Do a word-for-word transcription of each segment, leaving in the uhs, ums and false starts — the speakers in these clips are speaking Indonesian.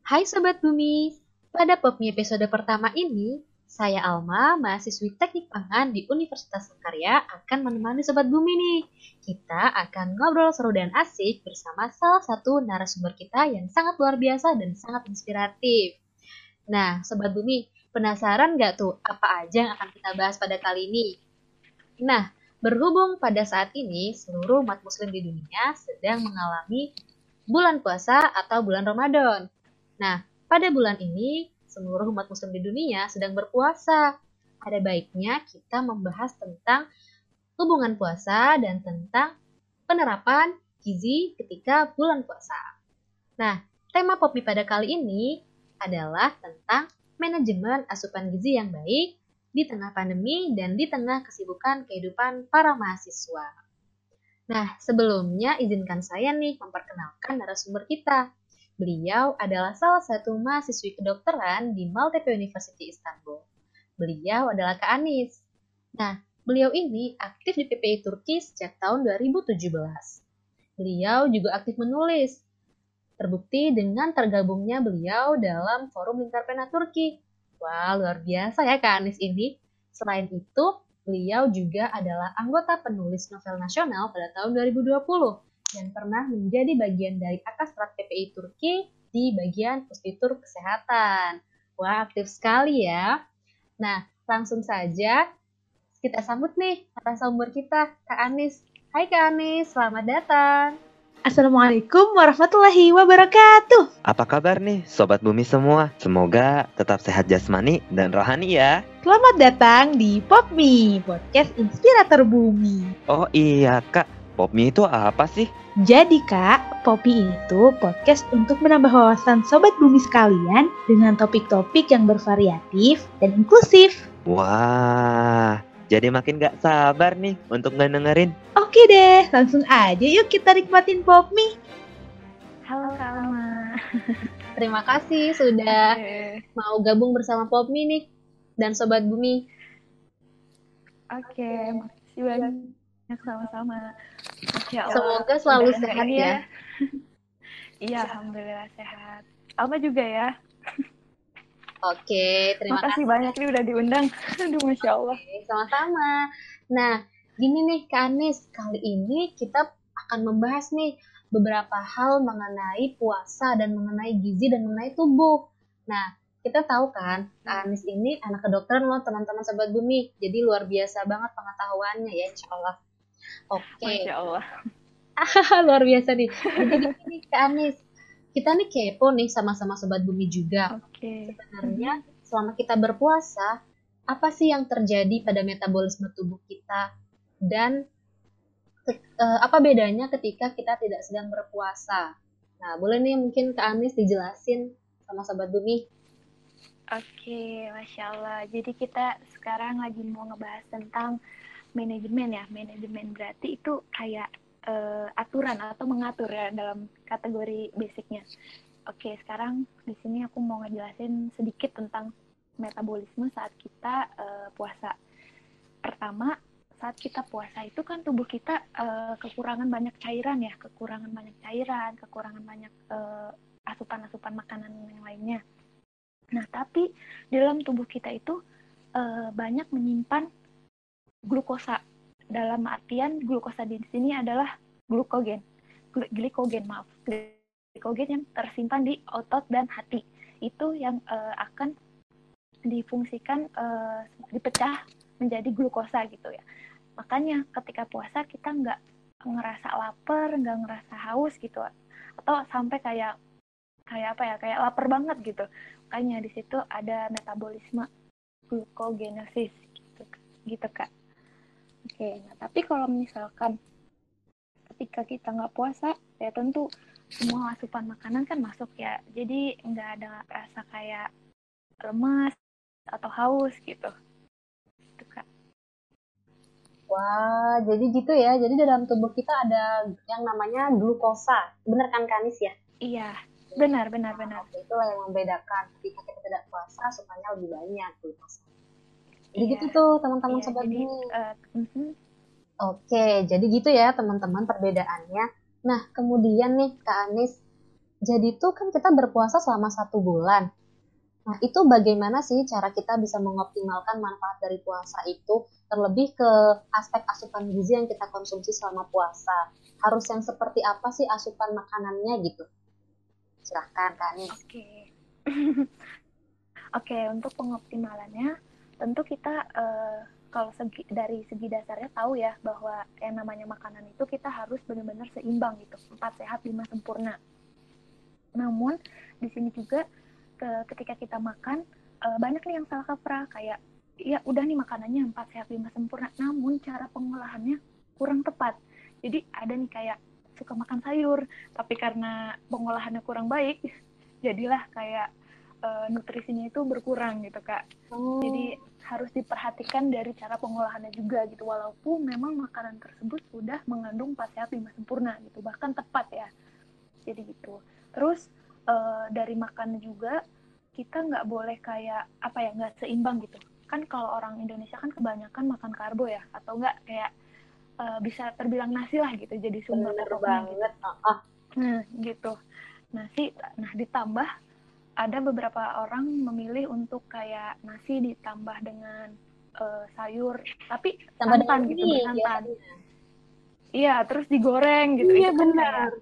Hai Sobat Bumi, pada Popmi episode pertama ini, saya Alma, mahasiswi Teknik Pangan di Universitas Sakarya akan menemani Sobat Bumi nih. Kita akan ngobrol seru dan asik bersama salah satu narasumber kita yang sangat luar biasa dan sangat inspiratif. Nah, Sobat Bumi, penasaran nggak tuh apa aja yang akan kita bahas pada kali ini? Nah, berhubung pada saat ini seluruh umat muslim di dunia sedang mengalami bulan puasa atau bulan Ramadan. Nah, pada bulan ini, seluruh umat muslim di dunia sedang berpuasa. Ada baiknya kita membahas tentang hubungan puasa dan tentang penerapan gizi ketika bulan puasa. Nah, tema Poppy pada kali ini adalah tentang manajemen asupan gizi yang baik di tengah pandemi dan di tengah kesibukan kehidupan para mahasiswa. Nah, sebelumnya izinkan saya nih memperkenalkan narasumber kita. Beliau adalah salah satu mahasiswi kedokteran di Maltepe University Istanbul. Beliau adalah Kak Anis. Nah, beliau ini aktif di P P I Turki sejak tahun dua ribu tujuh belas. Beliau juga aktif menulis. Terbukti dengan tergabungnya beliau dalam Forum Lingkar Pena Turki. Wah, luar biasa ya Kak Anis ini. Selain itu, beliau juga adalah anggota penulis novel nasional pada tahun dua ribu dua puluh dan pernah menjadi bagian dari Akastrat P P I Turki di bagian Pustitur Kesehatan. Wah, aktif sekali ya. Nah, langsung saja kita sambut nih narasumber kita, Kak Anis. Hai Kak Anis, selamat datang. Assalamualaikum warahmatullahi wabarakatuh. Apa kabar nih Sobat Bumi semua? Semoga tetap sehat jasmani dan rohani ya. Selamat datang di Popmi, podcast inspirator bumi. Oh iya Kak, Popmi itu apa sih? Jadi Kak, Popmi itu podcast untuk menambah wawasan Sobat Bumi sekalian dengan topik-topik yang bervariatif dan inklusif. Wah, jadi makin gak sabar nih untuk ngedengerin. Oke deh, langsung aja yuk kita nikmatin Popmi. Halo Kak Alma. Terima kasih sudah Oke, mau gabung bersama Popmi nih dan Sobat Bumi. Oke, makasih banyak sama-sama. Masya Allah. Semoga selalu Udah sehat hari ya. Iya, alhamdulillah sehat. Alma juga ya. Oke, terima Makasih kasih. banyak nih udah diundang. Aduh, Masya Allah. Oke, sama-sama. Nah, gini nih Kak Anis, kali ini kita akan membahas nih beberapa hal mengenai puasa dan mengenai gizi dan mengenai tubuh. Nah, kita tahu kan, Kak Anis ini anak kedokteran loh teman-teman Sobat Bumi. Jadi luar biasa banget pengetahuannya ya, insya Allah. Oke, Masya Allah. luar biasa nih. Jadi gini Kak Anis, kita nih kepo nih sama-sama Sobat Bumi juga. Oke. Sebenarnya selama kita berpuasa, apa sih yang terjadi pada metabolisme tubuh kita dan ke- eh, apa bedanya ketika kita tidak sedang berpuasa? Nah, boleh nih mungkin Kak Anis dijelasin sama Sobat Bumi. Oke, Masya Allah. Jadi kita sekarang lagi mau ngebahas tentang manajemen ya. Manajemen berarti itu kayak eh, aturan atau mengatur ya dalam kategori basicnya. Oke, sekarang di sini aku mau ngejelasin sedikit tentang metabolisme saat kita uh, puasa. Pertama, saat kita puasa itu kan tubuh kita uh, kekurangan banyak cairan ya, kekurangan banyak cairan, kekurangan banyak uh, asupan-asupan makanan yang lainnya. Nah, tapi di dalam tubuh kita itu uh, banyak menyimpan glukosa. Dalam artian glukosa di sini adalah glukogen, glikogen maaf, glikogen yang tersimpan di otot dan hati. Itu yang uh, akan difungsikan uh, dipecah menjadi glukosa gitu ya. Makanya ketika puasa kita nggak ngerasa lapar, nggak ngerasa haus gitu, atau sampai kayak kayak apa ya, kayak lapar banget gitu. Makanya di situ ada metabolisme glukogenesis gitu, gitu Kak. Oke, nah tapi kalau misalkan ketika kita nggak puasa, ya tentu semua asupan makanan kan masuk ya, jadi nggak ada rasa kayak lemas atau haus gitu. Gitu, Kak. Wah, jadi gitu ya. Jadi dalam tubuh kita ada yang namanya glukosa. Bener kan Kak Anis ya? Iya, benar, benar, benar. Oke, itulah yang membedakan ketika kita tidak puasa supaya lebih banyak glukosa. Jadi Iya. gitu tuh teman-teman Iya, Sobat jadi, Bumi. uh, uh-huh. Oke, jadi gitu ya teman-teman perbedaannya. Nah, kemudian nih Kak Anis, Jadi tuh kan kita berpuasa selama satu bulan. Nah, itu bagaimana sih cara kita bisa mengoptimalkan manfaat dari puasa itu, terlebih ke aspek asupan gizi yang kita konsumsi selama puasa. Harus yang seperti apa sih asupan makanannya gitu? Silahkan, Kak Anis. Oke. Oke, untuk pengoptimalannya, tentu kita uh, kalau segi, dari segi dasarnya tahu ya bahwa yang namanya makanan itu kita harus benar-benar seimbang gitu, empat sehat lima sempurna. Namun di sini juga ke, ketika kita makan uh, banyak nih yang salah kaprah, kayak ya udah nih makanannya empat sehat lima sempurna, namun cara pengolahannya kurang tepat. Jadi ada nih kayak suka makan sayur, tapi karena pengolahannya kurang baik, jadilah kayak uh, nutrisinya itu berkurang gitu Kak. Oh. Jadi harus diperhatikan dari cara pengolahannya juga gitu, walaupun memang makanan tersebut sudah mengandung empat sehat lima sempurna gitu, bahkan tepat ya. Jadi gitu. Terus uh, dari makan juga kita nggak boleh kayak apa ya, nggak seimbang gitu. Kan kalau orang Indonesia kan kebanyakan makan karbo ya, atau nggak kayak uh, bisa terbilang nasi lah gitu, jadi sumber Bener pokoknya banget. gitu. Oh. Nah gitu. Nasi, nah ditambah ada beberapa orang memilih untuk kayak nasi ditambah dengan uh, sayur, tapi Tambah santan dengan gitu, mie, bersantan. biasanya. Iya, terus digoreng gitu. Iya, itu kan benar. kayak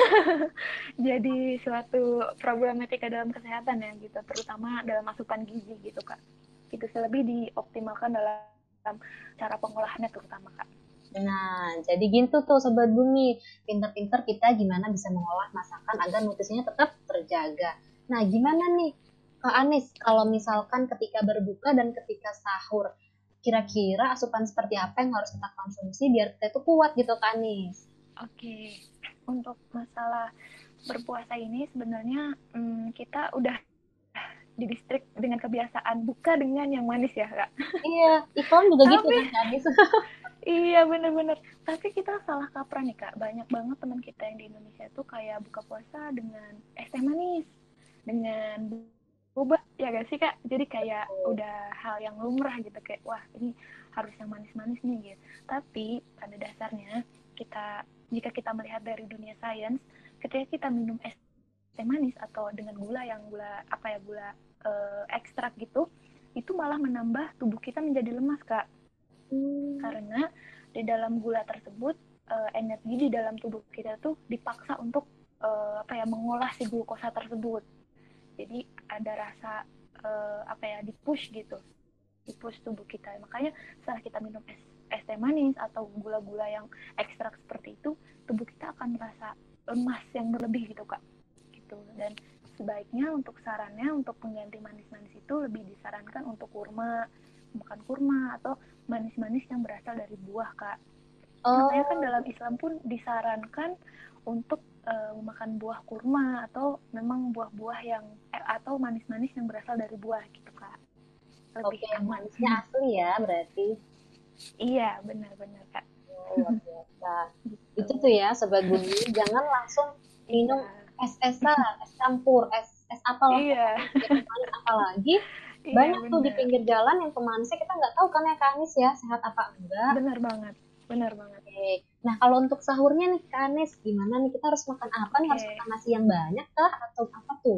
jadi suatu problematika dalam kesehatan ya gitu, terutama dalam asupan gizi gitu Kak. Itu lebih dioptimalkan dalam cara pengolahannya terutama Kak. Nah, jadi gitu tuh Sobat Bumi. Pinter-pinter kita gimana bisa mengolah masakan agar nutrisinya tetap terjaga. Nah, gimana nih Kak Anis kalau misalkan ketika berbuka dan ketika sahur, kira-kira asupan seperti apa yang harus kita konsumsi biar kita itu kuat gitu Kak Anis? Oke, untuk masalah berpuasa ini sebenarnya hmm, kita udah di distrik dengan kebiasaan buka dengan yang manis ya Kak. Iya, iklan juga gitu kan Kak Anis. Iya bener-bener, tapi kita salah kaprah nih Kak, banyak banget teman kita yang di Indonesia tuh kayak buka puasa dengan es teh manis, dengan boba, ya gak sih Kak? Jadi kayak udah hal yang lumrah gitu, kayak wah ini harus yang manis-manis nih gitu. Tapi pada dasarnya kita, jika kita melihat dari dunia sains, ketika kita minum es teh manis atau dengan gula yang gula apa ya gula uh, ekstrak gitu, itu malah menambah tubuh kita menjadi lemas Kak. Hmm. Karena di dalam gula tersebut uh, energi di dalam tubuh kita tuh dipaksa untuk uh, apa ya mengolah si glukosa tersebut. Jadi ada rasa uh, apa ya dipush gitu, dipush tubuh kita. Makanya setelah kita minum es, es teh manis atau gula-gula yang ekstrak seperti itu, tubuh kita akan merasa lemas yang berlebih gitu Kak. Gitu. Dan sebaiknya untuk sarannya untuk pengganti manis-manis itu lebih disarankan untuk kurma, makan kurma atau manis-manis yang berasal dari buah Kak. Oh. Makanya kan dalam Islam pun disarankan untuk uh, makan buah kurma atau memang buah-buah yang eh, atau manis-manis yang berasal dari buah gitu Kak. Lebih Oke, yang manisnya hmm. asli ya berarti. Iya, benar-benar Kak. Oh, luar biasa. Gitu. Itu tuh ya Sobat Bumi, jangan langsung minum iya. es-esan, es campur, es es apa lah. Iya. Apalagi banyak iya, tuh di pinggir jalan yang pemanisnya kita nggak tahu kan ya Kak Anis ya, sehat apa enggak. Benar banget, benar banget. Oke. Nah kalau untuk sahurnya nih Kak Anis, gimana nih, kita harus makan apa nih? Harus makan nasi yang banyak kah atau apa tuh?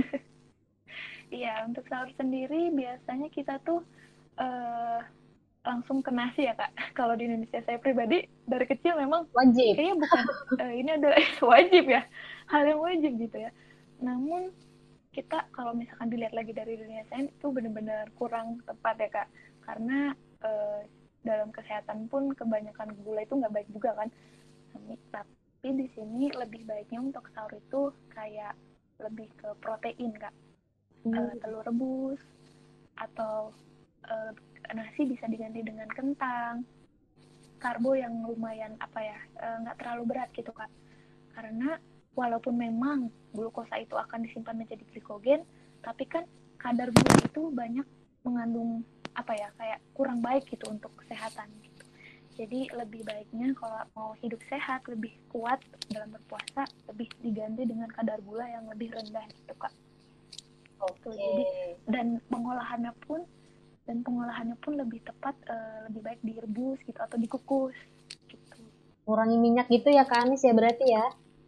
Iya, untuk sahur sendiri biasanya kita tuh uh, langsung ke nasi ya Kak. Kalau di Indonesia saya pribadi dari kecil memang wajib. Kayaknya bukan uh, ini adalah wajib ya, hal yang wajib gitu ya. Namun kita kalau misalkan dilihat lagi dari dunia sains itu benar-benar kurang tepat ya Kak. Karena uh, dalam kesehatan pun kebanyakan gula itu nggak baik juga kan. Tapi di sini lebih baiknya untuk sahur itu kayak lebih ke protein Kak. Hmm. Uh, telur rebus atau uh, nasi bisa diganti dengan kentang, karbo yang lumayan apa ya nggak e, terlalu berat gitu Kak, karena walaupun memang glukosa itu akan disimpan menjadi glikogen, tapi kan kadar gula itu banyak mengandung apa ya kayak kurang baik gitu untuk kesehatan gitu. Jadi lebih baiknya kalau mau hidup sehat lebih kuat dalam berpuasa lebih diganti dengan kadar gula yang lebih rendah gitu Kak. Oke. Jadi dan pengolahannya pun dan pengolahannya pun lebih tepat uh, lebih baik direbus gitu atau dikukus gitu. Kurangi minyak gitu ya Kak Anis ya berarti ya?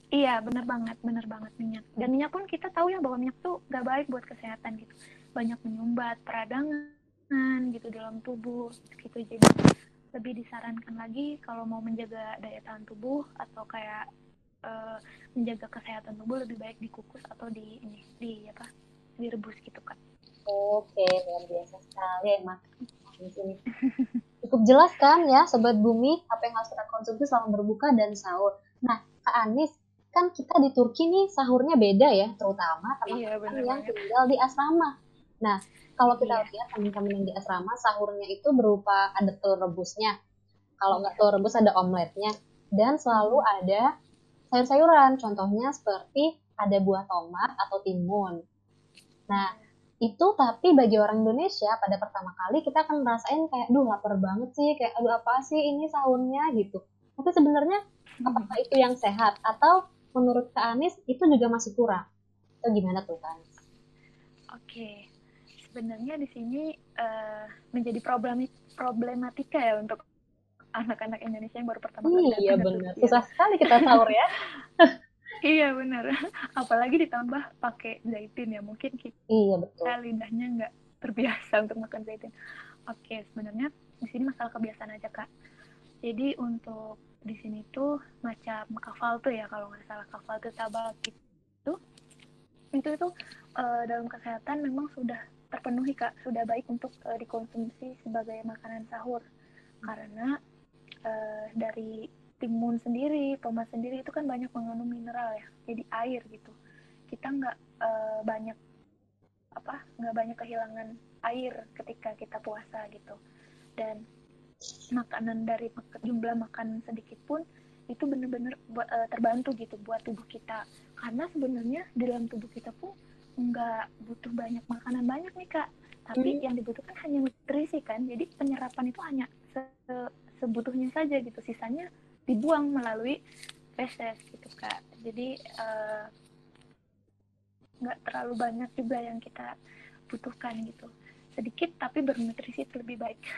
Iya, bener banget, bener banget minyak. Dan minyak pun kita tahu ya bahwa minyak tuh gak baik buat kesehatan gitu. Banyak menyumbat peradangan gitu dalam tubuh gitu. Jadi lebih disarankan lagi kalau mau menjaga daya tahan tubuh atau kayak uh, menjaga kesehatan tubuh lebih baik dikukus atau di ini di apa direbus gitu kan. Oke, luar biasa sekali emang. Ini cukup jelas kan ya Sobat Bumi apa yang harus kita konsumsi selama berbuka dan sahur. Nah Kak Anis, kan kita di Turki nih sahurnya beda ya, terutama teman-teman Iya, yang banget. tinggal di asrama. Nah kalau kita Iya. lihat teman-teman yang di asrama sahurnya itu berupa ada telur rebusnya, kalau nggak Iya. telur rebus ada omeletnya, dan selalu Mm-hmm. ada sayur-sayuran, contohnya seperti ada buah tomat atau timun. Nah, itu tapi bagi orang Indonesia pada pertama kali kita akan ngerasain kayak, duh lapar banget sih, kayak aduh apa sih ini sahurnya gitu. Tapi sebenarnya apakah itu yang sehat atau menurut Kak Anis itu juga masih kurang? Itu gimana tuh Kak Anis? Oke, sebenarnya di sini uh, menjadi problem problematika ya untuk anak-anak Indonesia yang baru pertama kali Iya datang ke benar, Turki susah ya. sekali kita sahur ya. Iya benar, apalagi ditambah pakai zaitun ya, mungkin kita Iya betul. lidahnya nggak terbiasa untuk makan zaitun. Oke, sebenarnya di sini masalah kebiasaan aja Kak. Jadi untuk di sini tuh macam kafal tuh ya, kalau nggak salah kafal tuh tabak itu itu itu uh, dalam kesehatan memang sudah terpenuhi Kak, sudah baik untuk uh, dikonsumsi sebagai makanan sahur karena uh, dari timun sendiri, tomat sendiri itu kan banyak mengandung mineral ya, jadi air gitu. Kita nggak uh, banyak apa nggak banyak kehilangan air ketika kita puasa gitu. Dan makanan dari jumlah makan sedikit pun itu benar-benar uh, terbantu gitu buat tubuh kita. Karena sebenarnya di dalam tubuh kita pun nggak butuh banyak makanan banyak nih Kak. Tapi hmm. yang dibutuhkan hanya nutrisi kan. Jadi penyerapan itu hanya se- sebutuhnya saja gitu. Sisanya dibuang melalui feses gitu Kak. Jadi nggak uh, terlalu banyak juga yang kita butuhkan gitu. Sedikit tapi bernutrisi itu lebih baik.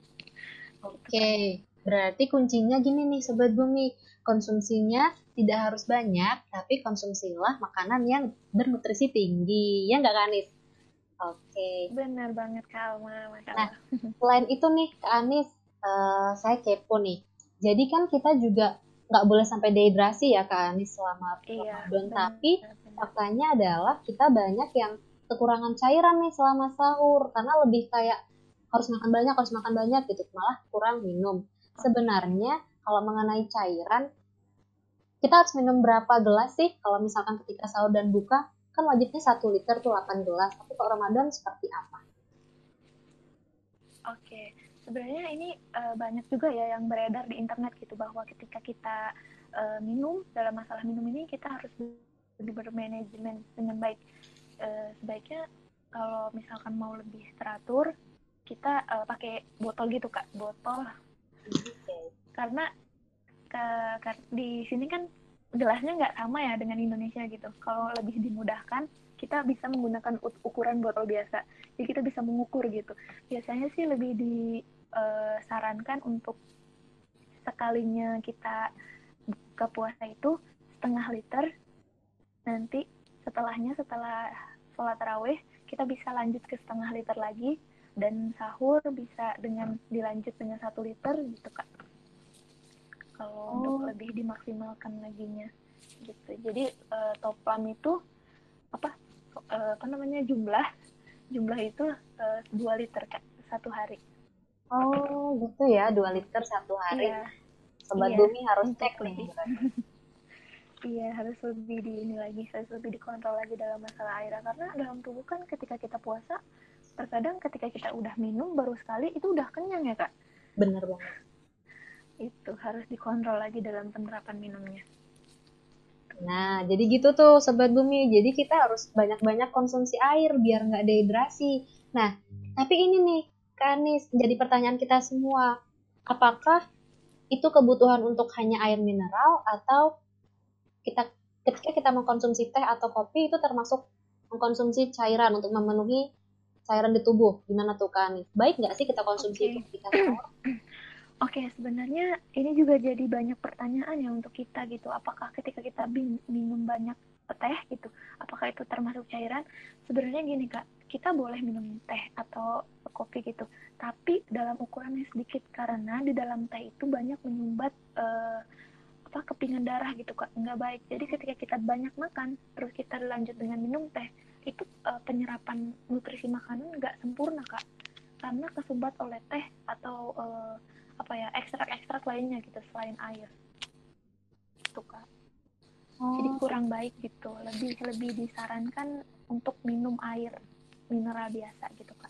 Oke, berarti kuncinya gini nih Sobat Bumi, konsumsinya tidak harus banyak, tapi konsumsilah makanan yang bernutrisi tinggi, ya nggak Kak Anis? Oke. Benar banget Kak Alma, Nah, selain itu nih Kak Anis, uh, saya kepo nih, jadi kan kita juga nggak boleh sampai dehidrasi ya Kak Anis selama iya, Ramadan, benar, tapi benar. faktanya adalah kita banyak yang kekurangan cairan nih selama sahur, karena lebih kayak harus makan banyak, harus makan banyak gitu, malah kurang minum. Sebenarnya kalau mengenai cairan, kita harus minum berapa gelas sih kalau misalkan ketika sahur dan buka? Kan wajibnya satu liter tuh delapan gelas, tapi kalau Ramadan seperti apa? Oke, sebenarnya ini uh, banyak juga ya yang beredar di internet gitu, bahwa ketika kita uh, minum, dalam masalah minum ini kita harus lebih bermanajemen dengan baik. Uh, sebaiknya kalau misalkan mau lebih teratur, kita uh, pakai botol gitu Kak, botol. Okay. Karena ke, ke, di sini kan gelasnya nggak sama ya dengan Indonesia gitu. Kalau lebih dimudahkan, kita bisa menggunakan ukuran botol biasa. Jadi kita bisa mengukur gitu. Biasanya sih lebih disarankan uh, untuk sekalinya kita buka puasa itu setengah liter. Nanti setelahnya, setelah sholat tarawih, kita bisa lanjut ke setengah liter lagi. Dan sahur bisa dengan dilanjut dengan satu liter gitu Kak. Kalau oh. untuk lebih dimaksimalkan laginya gitu. Jadi uh, toplam itu apa uh, apa namanya jumlah jumlah itu uh, dua liter Kak satu hari. Oh gitu ya, dua liter satu hari. Iya. Sobat iya, Bumi harus cek nih. Iya, harus lebih di ini lagi, harus lebih dikontrol lagi dalam masalah air, karena dalam tubuh kan ketika kita puasa, terkadang ketika kita udah minum baru sekali itu udah kenyang ya Kak. Bener banget. Itu harus dikontrol lagi dalam penerapan minumnya. Nah, jadi gitu tuh Sobat Bumi. Jadi kita harus banyak-banyak konsumsi air biar nggak dehidrasi. Nah, tapi ini nih, Kak Anis, jadi pertanyaan kita semua. Apakah itu kebutuhan untuk hanya air mineral atau kita ketika kita mengkonsumsi teh atau kopi itu termasuk mengkonsumsi cairan untuk memenuhi cairan di tubuh? Gimana tuh Kak Anis? Baik nggak sih kita konsumsi okay. itu ketika sahur? Oke, sebenarnya ini juga jadi banyak pertanyaan ya untuk kita gitu. Apakah ketika kita minum banyak teh gitu, apakah itu termasuk cairan? Sebenarnya gini Kak, kita boleh minum teh atau kopi gitu, tapi dalam ukuran yang sedikit karena di dalam teh itu banyak menyumbat uh, apa kepingan darah gitu Kak, nggak baik. Jadi ketika kita banyak makan, terus kita lanjut dengan minum teh, itu uh, penyerapan nutrisi makanan nggak sempurna Kak, karena kesumbat oleh teh atau uh, apa ya ekstrak-ekstrak lainnya gitu selain air itu Kak. Jadi Oh, kurang baik gitu, lebih lebih disarankan untuk minum air mineral biasa gitu Kak.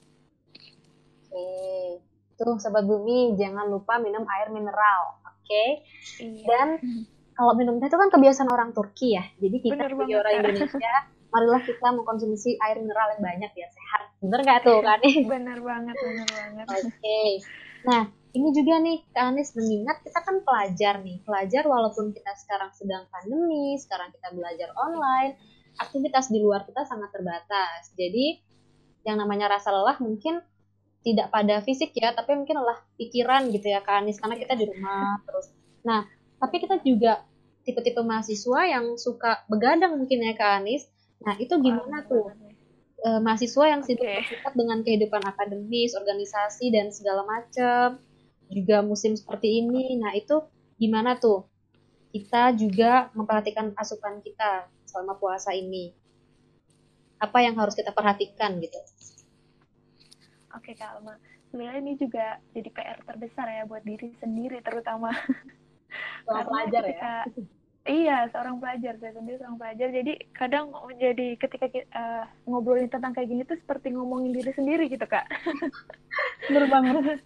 oke. Tuh Sobat Bumi, jangan lupa minum air mineral, oke? Iya. Dan kalau minum teh itu kan kebiasaan orang Turki ya. Jadi kita Bener sebagai banget, orang Kak. Indonesia, marilah kita mengkonsumsi air mineral yang banyak biar sehat. Bener nggak tuh, Kak Anis? Bener banget, bener banget. Oke. Nah, ini juga nih, Kak Anis mengingat kita kan pelajar nih. Pelajar walaupun kita sekarang sedang pandemi, sekarang kita belajar online, aktivitas di luar kita sangat terbatas. Jadi, yang namanya rasa lelah mungkin tidak pada fisik ya, tapi mungkin lelah pikiran gitu ya, Kak Anis. Karena kita di rumah terus. Nah, tapi kita juga tipe-tipe mahasiswa yang suka begadang mungkin ya, Kak Anis. Nah, itu gimana Wah, tuh? Eh, mahasiswa yang sibuk okay. berkutat dengan kehidupan akademis, organisasi, dan segala macam. Juga musim seperti ini. Nah, itu gimana tuh? Kita juga memperhatikan asupan kita selama puasa ini. Apa yang harus kita perhatikan gitu? Oke, okay, Kak Alma. Sebenarnya ini juga jadi P R terbesar ya buat diri sendiri terutama. Seorang Karena pelajar ketika ya? iya, seorang pelajar, saya sendiri seorang pelajar. Jadi kadang jadi ketika kita, uh, ngobrolin tentang kayak gini tuh seperti ngomongin diri sendiri gitu, Kak. Bener banget.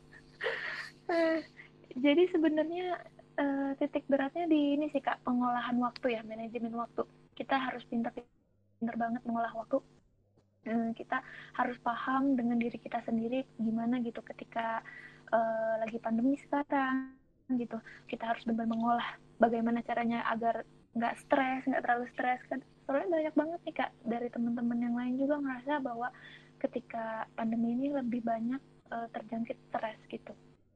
Jadi sebenarnya uh, titik beratnya di ini sih Kak, pengolahan waktu ya, manajemen waktu. Kita harus pintar-pintar banget mengolah waktu. Uh, kita harus paham dengan diri kita sendiri gimana gitu ketika uh, lagi pandemi sekarang gitu. Kita harus benar-benar mengolah bagaimana caranya agar nggak stres, nggak terlalu stres kan. Soalnya banyak banget nih Kak dari teman-teman yang lain juga ngerasa bahwa ketika pandemi ini lebih banyak uh, terjangkit stres gitu.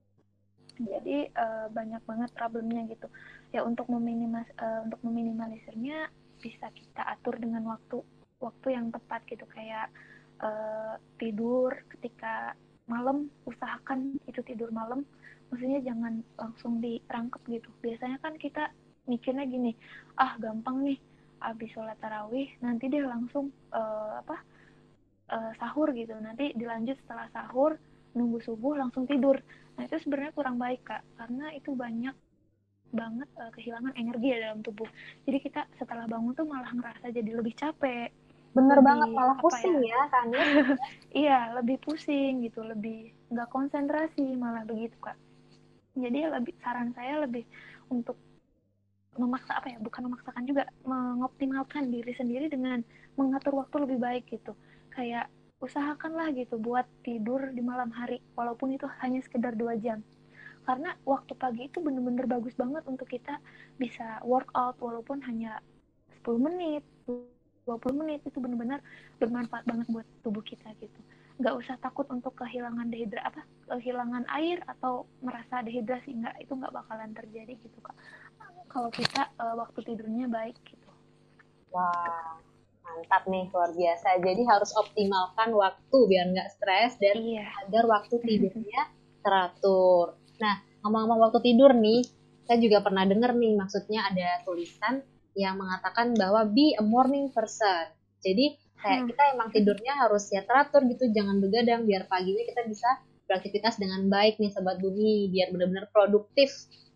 Jadi uh, banyak banget problemnya gitu ya. Untuk meminimas uh, untuk meminimalisirnya bisa kita atur dengan waktu waktu yang tepat gitu, kayak uh, tidur ketika malam, usahakan itu tidur malam, maksudnya jangan langsung dirangkep gitu. Biasanya kan kita mikirnya gini, ah gampang nih abis sholat tarawih nanti dia langsung uh, apa uh, sahur gitu, nanti dilanjut setelah sahur nunggu subuh langsung tidur. Nah itu sebenarnya kurang baik Kak, karena itu banyak banget uh, kehilangan energi ya dalam tubuh. Jadi kita setelah bangun tuh malah ngerasa jadi lebih capek, Bener banget, lebih malah apa pusing ya, ya, Kak Anis. iya lebih pusing gitu, lebih nggak konsentrasi malah begitu Kak. Jadi lebih saran saya lebih untuk memaksa apa ya, bukan memaksakan juga, mengoptimalkan diri sendiri dengan mengatur waktu lebih baik gitu. Kayak usahakanlah gitu buat tidur di malam hari walaupun itu hanya sekedar dua jam, karena waktu pagi itu bener-bener bagus banget untuk kita bisa workout walaupun hanya sepuluh menit dua puluh menit, itu bener-bener bermanfaat banget buat tubuh kita gitu. Nggak usah takut untuk kehilangan dehidra apa kehilangan air atau merasa dehidrasi, nggak, itu nggak bakalan terjadi gitu Kak kalau kita uh, waktu tidurnya baik gitu. Wah, mantap nih, luar biasa. Jadi harus optimalkan waktu biar nggak stres dan Iya. agar waktu tidurnya teratur. Nah, ngomong-ngomong waktu tidur nih, saya juga pernah dengar nih, maksudnya ada tulisan yang mengatakan bahwa be a morning person. Jadi kayak kita emang tidurnya harus ya teratur gitu, jangan begadang biar paginya kita bisa beraktivitas dengan baik nih Sobat Bumi, biar benar-benar produktif.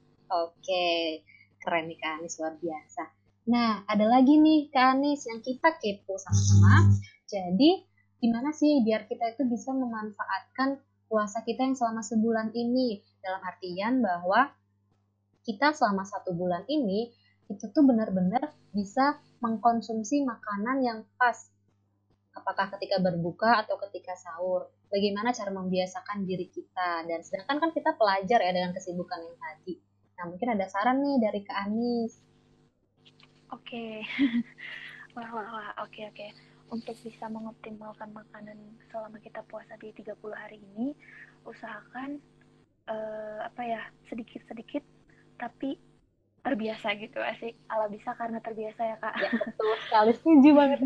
Oke, keren nih Kak Anis, luar biasa. Nah, ada lagi nih Kak Anis yang kita kepo sama-sama. Jadi, gimana sih biar kita itu bisa memanfaatkan puasa kita yang selama sebulan ini? Dalam artian bahwa kita selama satu bulan ini, itu tuh benar-benar bisa mengkonsumsi makanan yang pas. Apakah ketika berbuka atau ketika sahur. Bagaimana cara membiasakan diri kita. Dan sedangkan kan kita pelajar ya dengan kesibukan yang tadi. Nah, mungkin ada saran nih dari Kak Anis. Oke. wah, wah, wah. Oke, oke. Untuk bisa mengoptimalkan makanan selama kita puasa di tiga puluh hari ini, usahakan uh, apa ya, sedikit-sedikit tapi terbiasa gitu. Asik, ala bisa karena terbiasa ya Kak. Ya betul sekali, setuju banget.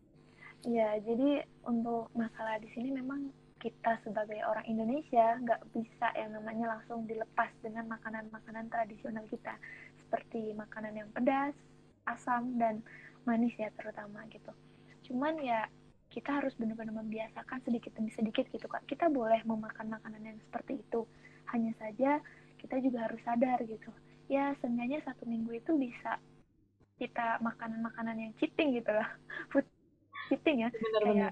Ya, jadi untuk masalah di sini memang kita sebagai orang Indonesia nggak bisa yang namanya langsung dilepas dengan makanan-makanan tradisional kita, seperti makanan yang pedas, asam, dan manis ya terutama gitu. Cuman ya kita harus benar-benar membiasakan sedikit demi sedikit gitu Kak. Kita boleh memakan makanan yang seperti itu, hanya saja kita juga harus sadar gitu. Ya seenggaknya satu minggu itu bisa kita makanan-makanan yang cheating gitu lah, food cheating ya, Benar-benar. kayak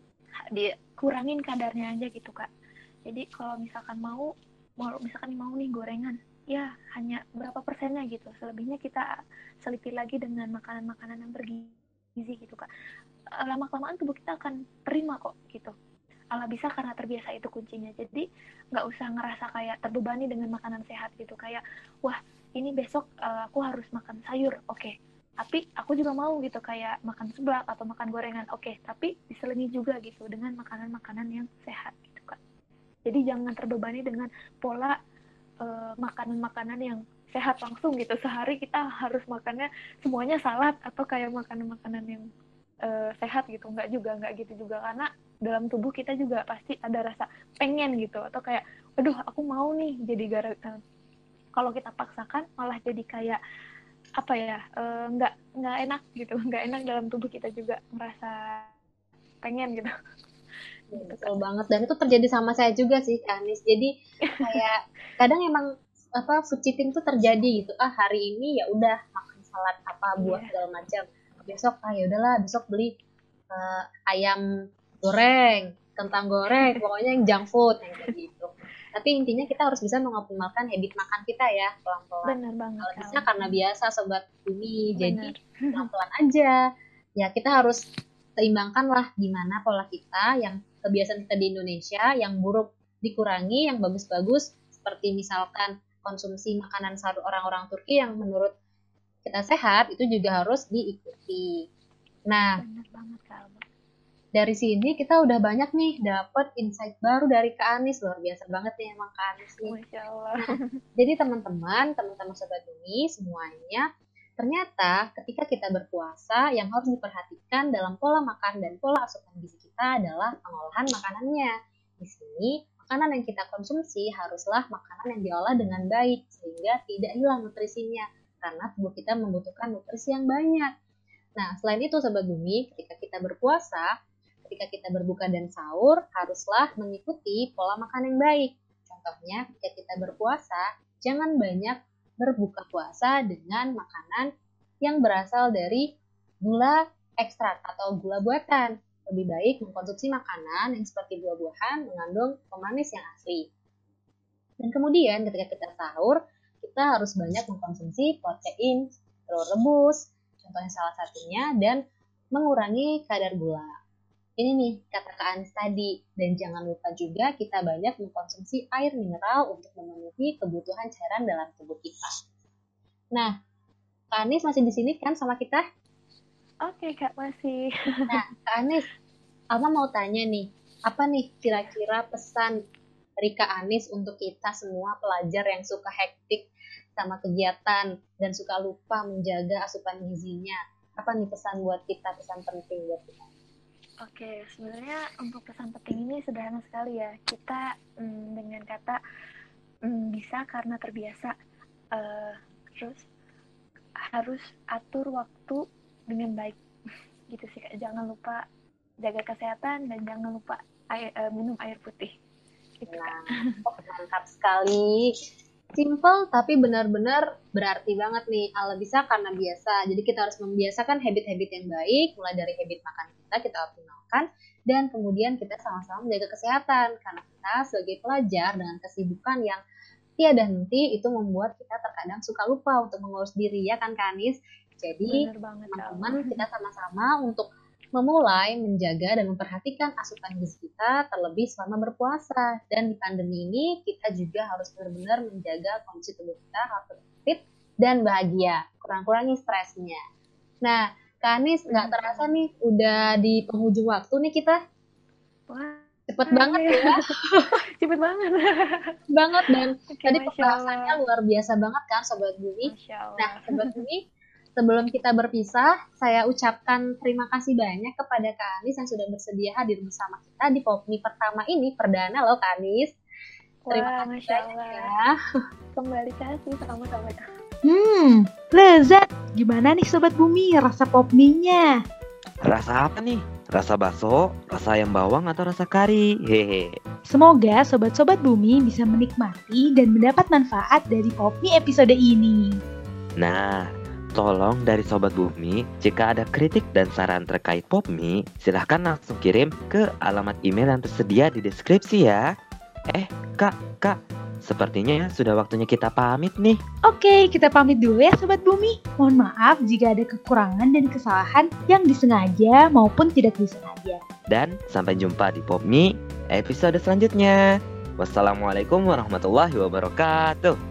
dikurangin kadarnya aja gitu Kak. Jadi kalau misalkan mau, mau misalkan mau nih gorengan, ya hanya berapa persennya gitu, selebihnya kita selipin lagi dengan makanan-makanan yang bergizi gitu Kak. Lama-kelamaan tubuh kita akan terima kok gitu. Ala bisa karena terbiasa, itu kuncinya. Jadi nggak usah ngerasa kayak terbebani dengan makanan sehat gitu, kayak wah ini besok uh, aku harus makan sayur, oke okay. Tapi aku juga mau gitu kayak makan seblak atau makan gorengan, oke okay. Tapi diselingi juga gitu dengan makanan-makanan yang sehat gitu kan. Jadi jangan terbebani dengan pola uh, makanan-makanan yang sehat langsung gitu, sehari kita harus makannya semuanya salad atau kayak makanan-makanan yang uh, sehat gitu. Nggak juga, nggak gitu juga, karena dalam tubuh kita juga pasti ada rasa pengen gitu, atau kayak aduh aku mau nih, jadi gara uh, kalau kita paksakan malah jadi kayak apa ya, uh, nggak nggak enak gitu, nggak enak dalam tubuh kita juga merasa pengen gitu. Ya, betul banget, dan itu terjadi sama saya juga sih Kanis. Jadi kayak kadang emang apa food cheating tuh terjadi gitu. Ah hari ini ya udah makan salad apa buah Iya. segala macam. Besok ah ya udahlah besok beli uh, ayam goreng, kentang goreng, pokoknya yang junk food yang kayak gitu. Tapi intinya kita harus bisa mengoptimalkan habit makan kita ya pelan-pelan. Benar banget. Kalau bisa karena biasa sobat bumi, jadi Benar. pelan-pelan aja. Ya kita harus seimbangkan lah gimana pola kita, yang kebiasaan kita di Indonesia yang buruk dikurangi, yang bagus-bagus seperti misalkan konsumsi makanan sahur orang-orang Turki yang menurut kita sehat itu juga harus diikuti. Nah, benar banget Kak Alma. Dari sini kita udah banyak nih dapat insight baru dari Kak Anis, luar biasa banget nih emang Kak Anis nih. Masya Allah. Nah, jadi teman-teman, teman-teman sobat bumi semuanya, ternyata ketika kita berpuasa yang harus diperhatikan dalam pola makan dan pola asupan gizi kita adalah pengolahan makanannya. Di sini makanan yang kita konsumsi haruslah makanan yang diolah dengan baik sehingga tidak hilang nutrisinya, karena tubuh kita membutuhkan nutrisi yang banyak. Nah, selain itu sobat bumi, ketika kita berpuasa, ketika kita berbuka dan sahur, haruslah mengikuti pola makan yang baik. Contohnya, ketika kita berpuasa, jangan banyak berbuka puasa dengan makanan yang berasal dari gula ekstrak atau gula buatan. Lebih baik mengkonsumsi makanan yang seperti buah-buahan mengandung pemanis yang asli. Dan kemudian ketika kita sahur, kita harus banyak mengkonsumsi protein, telur rebus, contohnya salah satunya, dan mengurangi kadar gula. Ini nih kata Kak Anis tadi, dan jangan lupa juga kita banyak mengkonsumsi air mineral untuk memenuhi kebutuhan cairan dalam tubuh kita. Nah, Kak Anis masih di sini kan sama kita? Oke Kak, masih. Nah, Kak Anis, Alma mau tanya nih, apa nih kira-kira pesan dari Kak Anis untuk kita semua pelajar yang suka hektik sama kegiatan dan suka lupa menjaga asupan gizinya? Apa nih pesan buat kita, pesan penting buat kita? Oke, sebenarnya untuk pesan penting ini sederhana sekali ya. Kita mm, dengan kata mm, bisa karena terbiasa. Uh, terus harus atur waktu dengan baik. Gitu sih Kak. Jangan lupa jaga kesehatan dan jangan lupa air, uh, minum air putih. Gitu, nah, oh, mantap sekali. Simple tapi benar-benar berarti banget nih. Ala bisa karena biasa. Jadi kita harus membiasakan habit-habit yang baik, mulai dari habit makan kita, kita optimalkan, dan kemudian kita sama-sama menjaga kesehatan. Karena kita sebagai pelajar dengan kesibukan yang tiada henti, itu membuat kita terkadang suka lupa untuk mengurus diri, ya kan Kak Anis? Jadi teman-teman kita sama-sama untuk memulai menjaga dan memperhatikan asupan gizi kita terlebih selama berpuasa. Dan di pandemi ini kita juga harus benar-benar menjaga kondisi tubuh kita harus fit dan bahagia, kurang-kurangi stresnya. Nah, Kak Anis, nggak terasa nih udah di penghujung waktu nih kita. Wah, Cepet banget ya. Cepet banget. banget dan Oke, tadi Masya pembahasannya Allah. luar biasa banget kan Sobat Bumi. Masya Allah. Nah, Sobat Bumi, sebelum kita berpisah, saya ucapkan terima kasih banyak kepada Kak Anis yang sudah bersedia hadir bersama kita di Popmi pertama ini, perdana loh Kak Anis. Terima Wah, kasih Masya banyak Allah. ya. Kembali kasih sama-sama. Hmm, lezat. Gimana nih Sobat Bumi rasa pop mie-nya? Rasa apa nih? Rasa bakso, rasa ayam bawang, atau rasa kari? Hehe. Semoga Sobat-Sobat Bumi bisa menikmati dan mendapat manfaat dari pop mie episode ini. Nah, tolong dari Sobat Bumi, jika ada kritik dan saran terkait Popmi, silahkan langsung kirim ke alamat email yang tersedia di deskripsi ya. Eh, Kak, Kak, sepertinya sudah waktunya kita pamit nih. Oke, kita pamit dulu ya Sobat Bumi. Mohon maaf jika ada kekurangan dan kesalahan yang disengaja maupun tidak disengaja. Dan sampai jumpa di Popmi episode selanjutnya. Wassalamualaikum warahmatullahi wabarakatuh.